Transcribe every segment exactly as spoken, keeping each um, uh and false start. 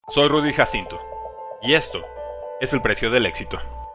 Soy Rudy Jacinto, y esto es el precio del éxito.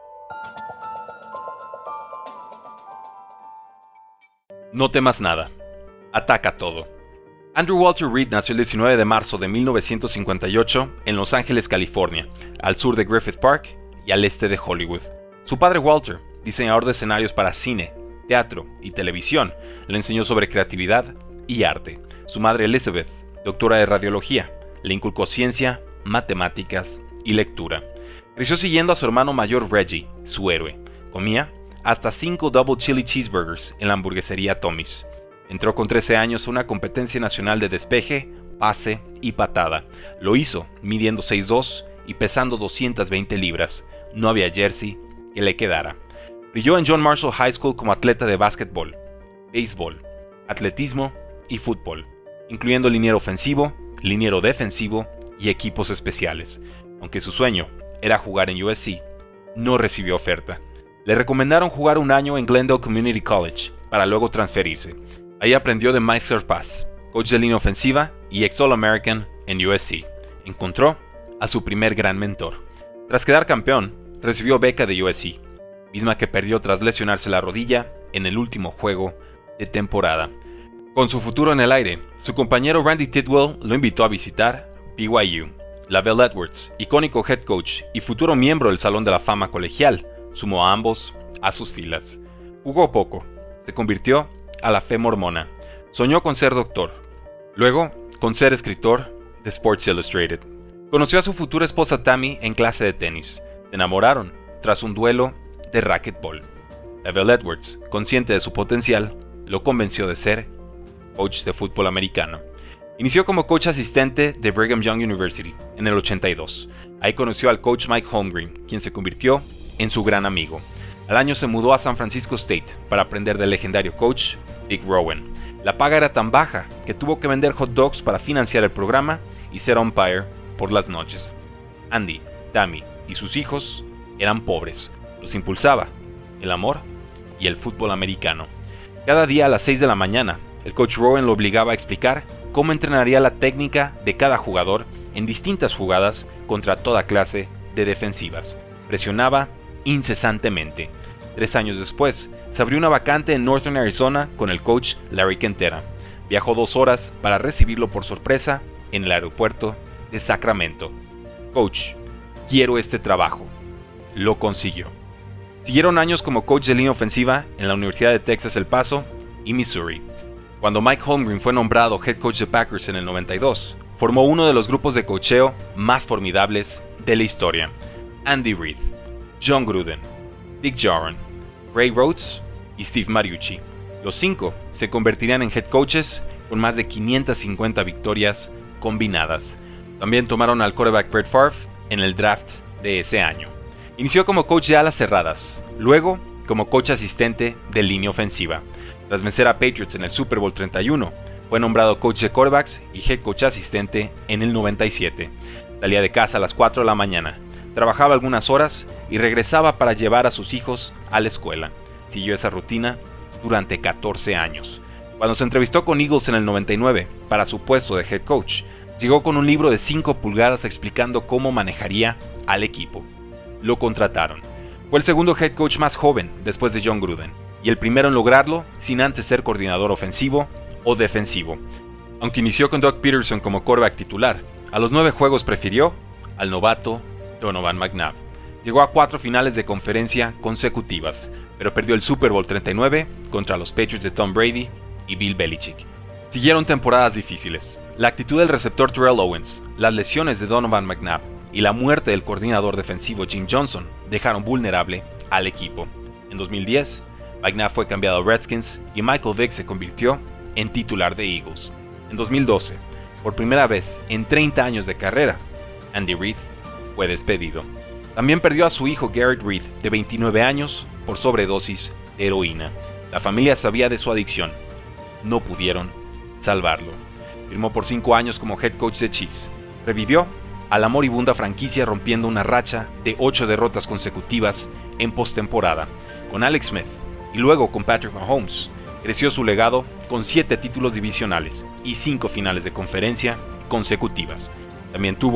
No temas nada, ataca todo. Andrew Walter Reed nació el diecinueve de marzo de mil novecientos cincuenta y ocho en Los Ángeles, California, al sur de Griffith Park y al este de Hollywood. Su padre Walter, diseñador de escenarios para cine, teatro y televisión, le enseñó sobre creatividad y arte. Su madre Elizabeth, doctora de radiología, le inculcó ciencia, matemáticas y lectura. Creció siguiendo a su hermano mayor Reggie, su héroe. Comía hasta cinco Double Chili Cheeseburgers en la hamburguesería Tommy's. Entró con trece años a una competencia nacional de despeje, pase y patada. Lo hizo midiendo seis dos y pesando doscientas veinte libras. No había jersey que le quedara. Brilló en John Marshall High School como atleta de básquetbol, béisbol, atletismo y fútbol, incluyendo liniero ofensivo, liniero defensivo y equipos especiales. Aunque su sueño era jugar en U S C, no recibió oferta. Le recomendaron jugar un año en Glendale Community College para luego transferirse. Ahí aprendió de Mike Serpas, coach de línea ofensiva y ex All-American en U S C. Encontró a su primer gran mentor. Tras quedar campeón, recibió beca de U S C, misma que perdió tras lesionarse la rodilla en el último juego de temporada. Con su futuro en el aire, su compañero Randy Tidwell lo invitó a visitar B Y U. Lavelle Edwards, icónico head coach y futuro miembro del Salón de la Fama colegial, sumó a ambos a sus filas. Jugó poco, se convirtió a la fe mormona, soñó con ser doctor, luego con ser escritor de Sports Illustrated. Conoció a su futura esposa Tammy en clase de tenis. Se enamoraron tras un duelo de racquetball. Lavelle Edwards, consciente de su potencial, lo convenció de ser coach de fútbol americano. Inició como coach asistente de Brigham Young University en el ochenta y dos. Ahí conoció al coach Mike Holmgren, quien se convirtió en su gran amigo. Al año se mudó a San Francisco State para aprender del legendario coach Dick Rowan. La paga era tan baja que tuvo que vender hot dogs para financiar el programa y ser umpire por las noches. Andy, Tammy y sus hijos eran pobres. Los impulsaba el amor y el fútbol americano. Cada día a las seis de la mañana, el coach Rowan lo obligaba a explicar cómo entrenaría la técnica de cada jugador en distintas jugadas contra toda clase de defensivas. Presionaba incesantemente. Tres años después, se abrió una vacante en Northern Arizona con el coach Larry Quintera. Viajó dos horas para recibirlo por sorpresa en el aeropuerto de Sacramento. Coach, quiero este trabajo. Lo consiguió. Siguieron años como coach de línea ofensiva en la Universidad de Texas El Paso y Missouri. Cuando Mike Holmgren fue nombrado head coach de Packers en el noventa y dos, formó uno de los grupos de coacheo más formidables de la historia. Andy Reid, John Gruden, Dick Jauron, Ray Rhodes y Steve Mariucci. Los cinco se convertirían en head coaches con más de quinientas cincuenta victorias combinadas. También tomaron al quarterback Brett Favre en el draft de ese año. Inició como coach de alas cerradas, luego como coach asistente de línea ofensiva. Tras vencer a Patriots en el Super Bowl treinta y uno, fue nombrado coach de quarterbacks y head coach asistente en el noventa y siete. Salía de casa a las cuatro de la mañana, trabajaba algunas horas y regresaba para llevar a sus hijos a la escuela. Siguió esa rutina durante catorce años. Cuando se entrevistó con Eagles en el noventa y nueve para su puesto de head coach, llegó con un libro de cinco pulgadas explicando cómo manejaría al equipo. Lo contrataron. Fue el segundo head coach más joven después de John Gruden y el primero en lograrlo sin antes ser coordinador ofensivo o defensivo. Aunque inició con Doug Peterson como quarterback titular, a los nueve juegos prefirió al novato Donovan McNabb. Llegó a cuatro finales de conferencia consecutivas, pero perdió el Super Bowl treinta y nueve contra los Patriots de Tom Brady y Bill Belichick. Siguieron temporadas difíciles. La actitud del receptor Terrell Owens, las lesiones de Donovan McNabb y la muerte del coordinador defensivo Jim Johnson dejaron vulnerable al equipo. En dos mil diez, McNabb fue cambiado a Redskins y Michael Vick se convirtió en titular de Eagles. En dos mil doce, por primera vez en treinta años de carrera, Andy Reid fue despedido. También perdió a su hijo Garrett Reid, de veintinueve años, por sobredosis de heroína. La familia sabía de su adicción. No pudieron salvarlo. Firmó por cinco años como head coach de Chiefs. Revivió a la moribunda franquicia rompiendo una racha de ocho derrotas consecutivas en postemporada. Con Alex Smith y luego con Patrick Mahomes, creció su legado con siete títulos divisionales y cinco finales de conferencia consecutivas. También tuvo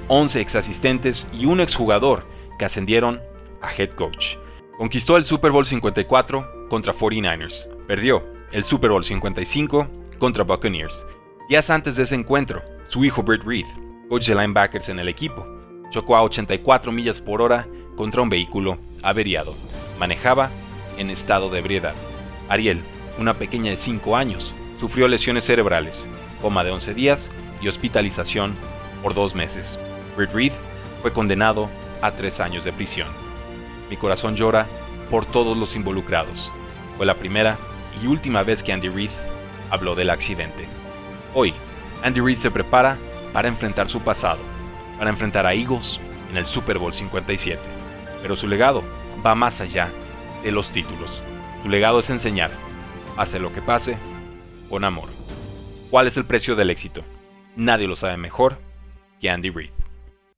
once exasistentes y un exjugador que ascendieron a head coach. Conquistó el Super Bowl cincuenta y cuatro contra cuarenta y nueve ers. Perdió el Super Bowl cincuenta y cinco contra Buccaneers. Días antes de ese encuentro, su hijo Britt Reid, coach de linebackers en el equipo, chocó a ochenta y cuatro millas por hora contra un vehículo averiado. Manejaba en estado de ebriedad. Ariel, una pequeña de cinco años, sufrió lesiones cerebrales, coma de once días y hospitalización por dos meses. Britt Reid fue condenado a tres años de prisión. Mi corazón llora por todos los involucrados. Fue la primera y última vez que Andy Reid habló del accidente. Hoy, Andy Reid se prepara para enfrentar su pasado, para enfrentar a Eagles en el Super Bowl cincuenta y siete. Pero su legado va más allá de los títulos. Su legado es enseñar, pase lo que pase, con amor. ¿Cuál es el precio del éxito? Nadie lo sabe mejor que Andy Reid.